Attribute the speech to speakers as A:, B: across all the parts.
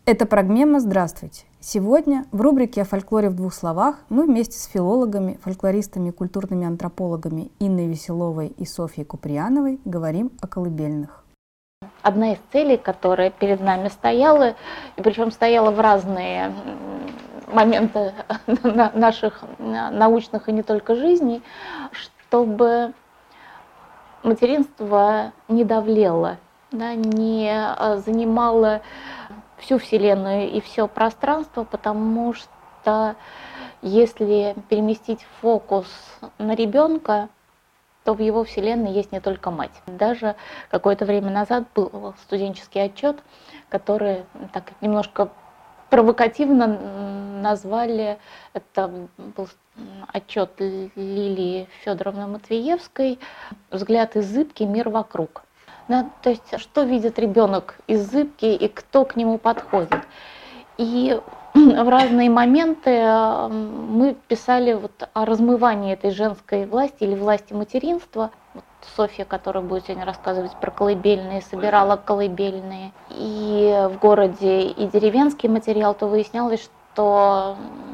A: Это программа «Здравствуйте». Сегодня в рубрике о фольклоре в двух словах мы вместе с филологами, фольклористами и культурными антропологами Инной Веселовой и Софьей Куприяновой говорим о колыбельных.
B: Одна из целей, которая перед нами стояла, и причем стояла в разные моменты наших научных и не только жизней, чтобы материнство не давлело, да, не занимало всю Вселенную и все пространство, потому что если переместить фокус на ребенка, то в его вселенной есть не только мать. Даже какое-то время назад был студенческий отчет, который так немножко провокативно назвали, это был отчет Лилии Федоровны Матвеевской «Взгляд из зыбки, мир вокруг». Да, то есть, что видит ребенок из зыбки и кто к нему подходит. И в разные моменты мы писали вот о размывании этой женской власти или власти материнства. Вот Софья, которая будет сегодня рассказывать про колыбельные, собирала колыбельные. И в городе и деревенский материал, то выяснялось, что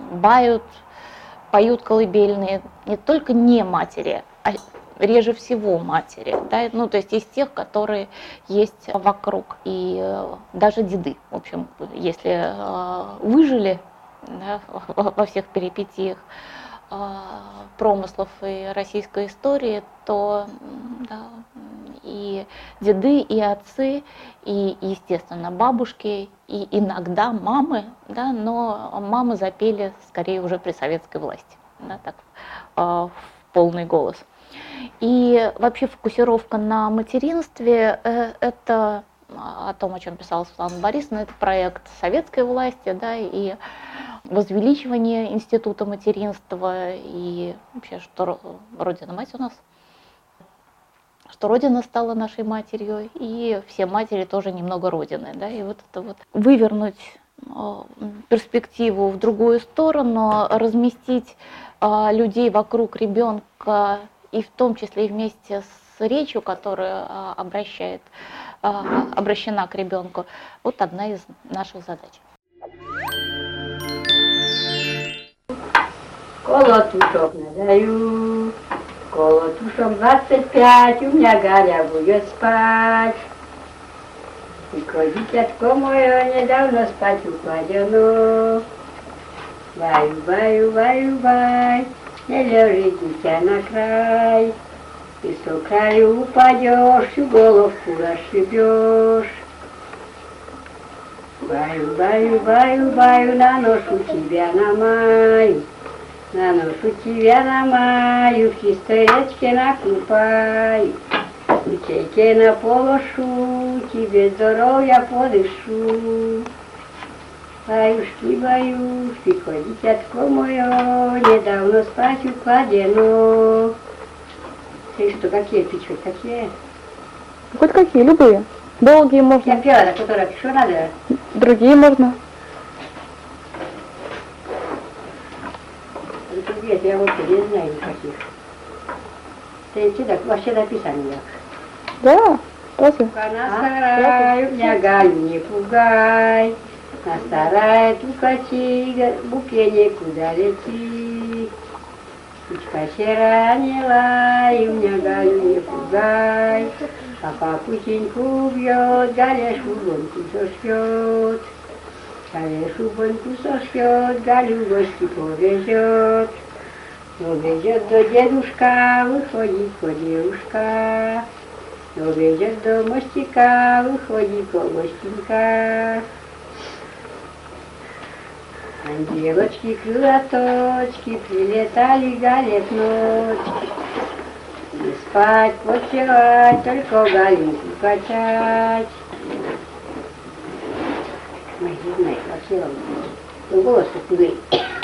B: поют колыбельные не только не матери, а реже всего матери, да, ну, то есть из тех, которые есть вокруг, и даже деды, в общем, если выжили, да, во всех перипетиях промыслов и российской истории, то да, и деды, и отцы, и, естественно, бабушки, и иногда мамы, да, но мамы запели скорее уже при советской власти, да, так, в полный голос. И вообще фокусировка на материнстве – это о том, о чем писала Светлана Борисовна, это проект советской власти, да, и возвеличивание института материнства, и вообще, что Родина-мать у нас, что Родина стала нашей матерью, и все матери тоже немного Родины, да, и вот это вот вывернуть перспективу в другую сторону, разместить людей вокруг ребенка, и в том числе и вместе с речью, которая обращена к ребенку, вот одна из наших задач.
C: Колотушок надаю, колотушок 25, у меня Галя будет спать. И дитятко мое недавно спать укладено. Баю, баю, бай, не лежи, дитя, на край. И с краю упадешь, и головку расшибешь. Баю, баю, баю, баю, наношу тебя на май. Наношу тебя на маю, в чистой речке накупай. В чайке наполошу, тебе здоровья подышу. Баюшки, баюшки, дитятко мое, недавно спать укладено. Ты что, какие печь, какие?
D: Хоть какие, любые. Долгие можно.
C: Я пела, которая что надо?
D: Другие можно.
C: Нет, я вообще не знаю никаких. Ты всегда, вообще написано як.
D: Да, разве?
C: На меня Галю не пугай. На старая тукати, буке некуда лети. Птичка серая не лай, у меня Галю не пугай. Папа путеньку бьет, Галя шубонку сошьет. Галя шубонку сошьет, Галю в гости повезет. Доведет до дедушка, выходит девушка. Доведет до мостика, выходит гостинка. Ангелочки, крылаточки, прилетали галет ночки. Не спать, почевать, только Галинку качать. Ой, не знаю, вообще вам голос-то куды.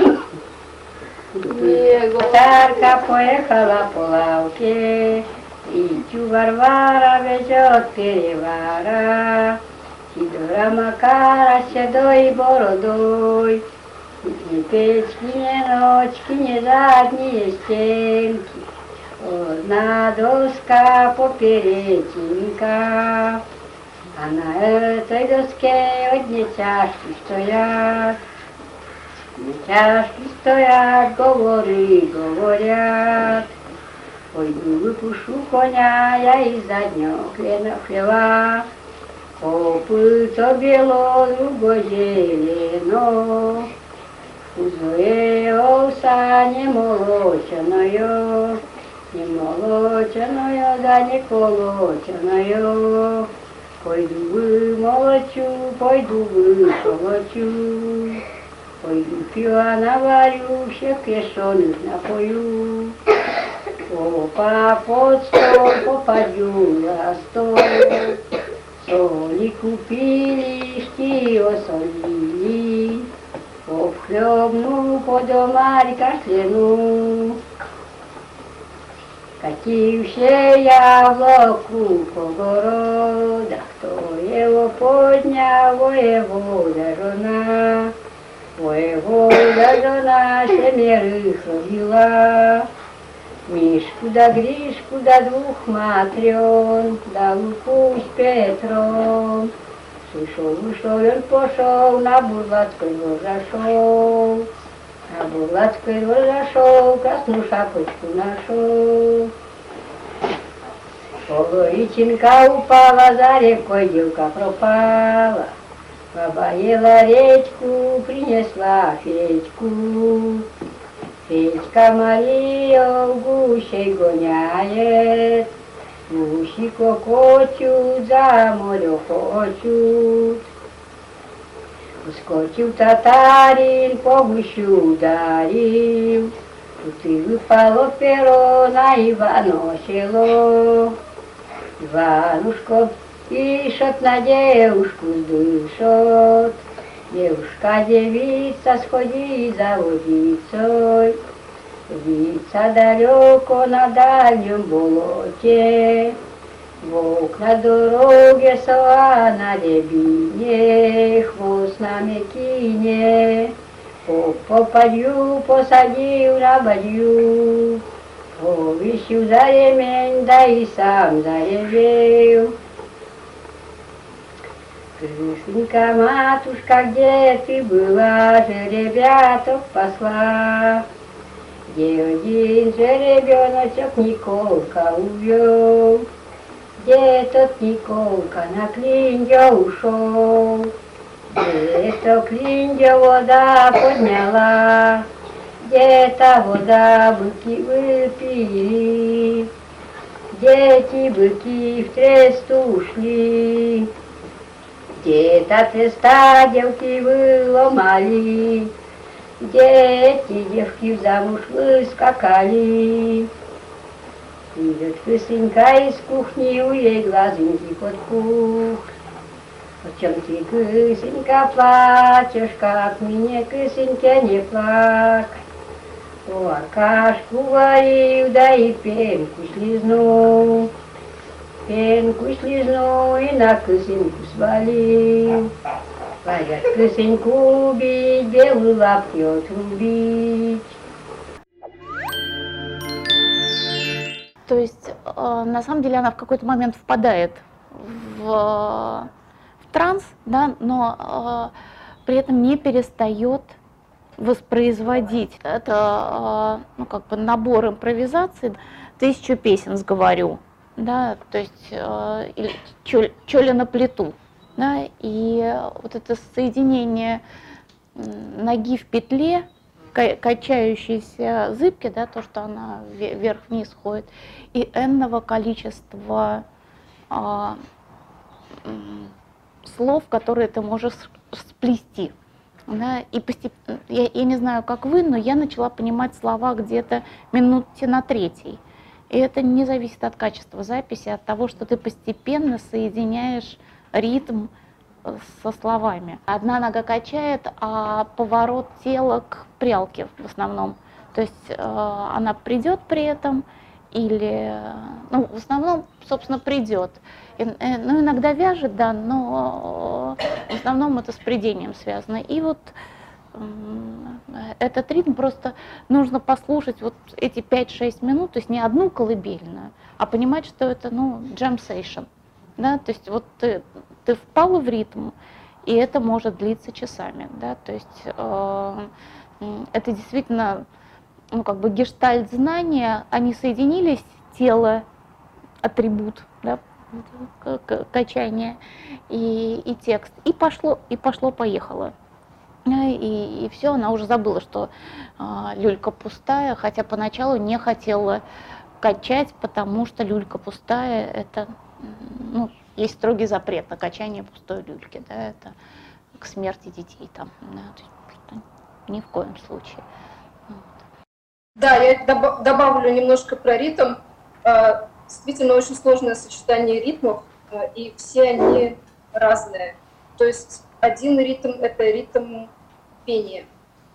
C: Тарка поехала по лавке, и Варвара везет перевара. Сидора Макара седой бородой, ни печки, ни ночки, ни задние стенки. Одна доска поперечинка, А на этой доске одни чашки стоят. Не чашки стоят, говоры говорят. Пойду выпущу коня я из заднего хлева. Копыто бело, другое зелено. Худое овса не молоченое, не молоченое, да не колоченое. Пойду вымолочу, пойду выколочу. Пойду пива наварю, всех пешеных напою. Опа под стол, попадю на стол. Соли купили, штио солили. Обхлебну подомарь кашляну. Катився я вокруг огорода, кто его поднял, воевода жена. Воевода жена семерых родила. Мишку да Гришку да двух матрен, да Луку с Петром. Ушел, он пошел, на Бурлацкой двор зашел. На Бурлацкой двор зашел, красную шапочку нашел. Половичинка упала, за рекой девка пропала. Баба ела речку, принесла Федьку. Федька Марию гусей гоняет. Гуси кокочут, за морю хочут. Ускочил татарин, по гусю ударил. Тут и выпало перо на Ивано село. Иванушка пишет, на девушку дышит. Девушка-девица, сходи за водицей. Водица далеко на дальнем болоте. Волк на дороге, сова на рябине, хвост на мекине. Попадью посадил на бадью, повесил за ремень, да и сам заревел. Крысенька, матушка, где ты была, жеребяток посла? Где один жеребеночек Николка увел? Где тот Николка на клинья ушел? Где-то клинья вода подняла, где-то вода быки выпили, дети быки в тресту ушли, где-то треста девки выломали, дети девки в замуж выскакали. Идет крысенька из кухни, у ей глазеньки под пух. О чем ты, крысенька, плачешь, как мне, крысеньке, не плакать? О, Аркашку варил, да и пенку слизнул. Пенку слизнул и на крысеньку свалил. Говорят, крысеньку убить, белую лапки отрубить.
B: То есть, на самом деле, она в какой-то момент впадает в транс, да, но при этом не перестает воспроизводить. Это ну, как бы набор импровизаций, 1000 песен сговорю, да, то есть или чё на плиту, да, и вот это соединение ноги в петле, качающейся зыбки, да, то, что она вверх-вниз ходит, и энного количества слов, которые ты можешь сплести. Да, и постепенно, я не знаю, как вы, но я начала понимать слова где-то минуте на третьей. И это не зависит от качества записи, от того, что ты постепенно соединяешь ритм со словами. Одна нога качает, а поворот тела к прялке в основном. То есть она придет при этом или, ну, в основном, собственно, придет. Ну, иногда вяжет, да, но в основном это с прядением связано. И вот этот ритм просто нужно послушать вот эти 5-6 минут, то есть не одну колыбельную, а понимать, что это, ну, джем-сейшн. Да, то есть вот ты впал в ритм, и это может длиться часами, да, то есть это действительно, ну, как бы гештальт знания, они соединились, тело, атрибут, да, качание и текст, и пошло-поехало. И все, она уже забыла, что люлька пустая, хотя поначалу не хотела качать, потому что люлька пустая, это, ну, есть строгий запрет на качание пустой люльки, да, это к смерти детей там, да, то есть, ни в коем случае.
E: Да, я добавлю немножко про ритм. Действительно очень сложное сочетание ритмов, и все они разные. То есть один ритм – это ритм пения.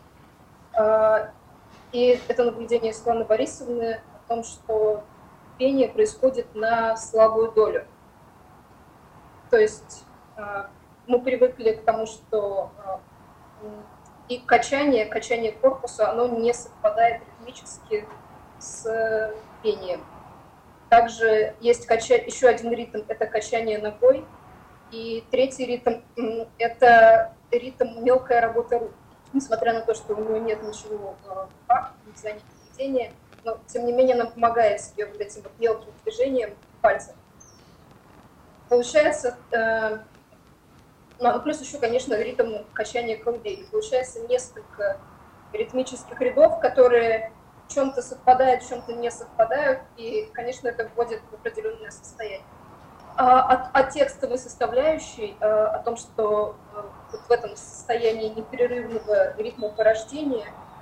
E: И это наблюдение Светланы Борисовны о том, что пение происходит на слабую долю. То есть мы привыкли к тому, что и качание корпуса, оно не совпадает ритмически с пением. Также есть еще один ритм, это качание ногой. И третий ритм – это ритм мелкая работа рук. Несмотря на то, что у него нет ничего в руках, занятия поведения, но тем не менее она помогает себе вот этим вот мелким движением пальцев. Получается, ну, плюс еще, конечно, ритм качания колыбели. Получается несколько ритмических рядов, которые в чем-то совпадают, в чем-то не совпадают, и, конечно, это вводит в определенное состояние. О текстовой составляющей, о том, что вот в этом состоянии непрерывного ритма порождения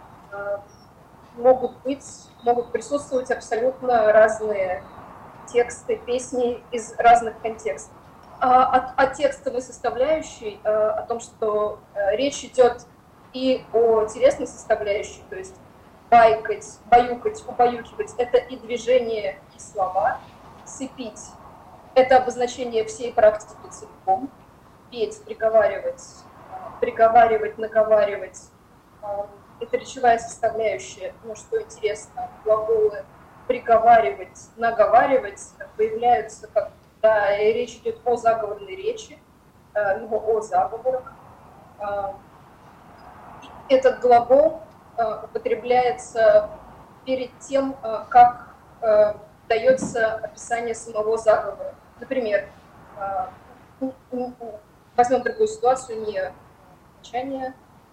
E: могут присутствовать абсолютно разные тексты, песни из разных контекстов. О текстовой составляющей, о том, что речь идет и о телесной составляющей, то есть байкать, баюкать, убаюкивать – это и движение, и слова, сыпить – это обозначение всей практики целиком, петь, приговаривать, наговаривать – это речевая составляющая, но что интересно, глаголы приговаривать, наговаривать появляются, когда речь идет о заговорной речи, либо о заговорах. Этот глагол употребляется перед тем, как дается описание самого заговора. Например, возьмем другую ситуацию, не молчание.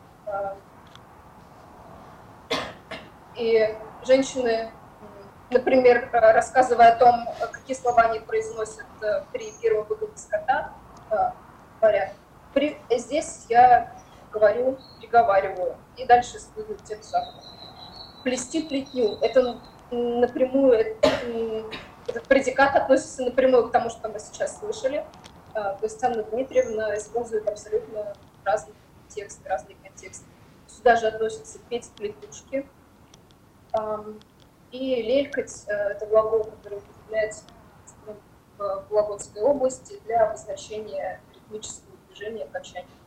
E: И женщины, например, рассказывая о том, какие слова они произносят при первом выходе скота, говорят, здесь я говорю, приговариваю, и дальше следует текст заговора. Плести плетню, это напрямую, этот предикат относится напрямую к тому, что мы сейчас слышали. То есть Анна Дмитриевна использует абсолютно разные тексты, разные контексты. Сюда же относятся петь плетушки. И лелькать – это глагол, который употребляется в Вологодской области для обозначения ритмического движения качания.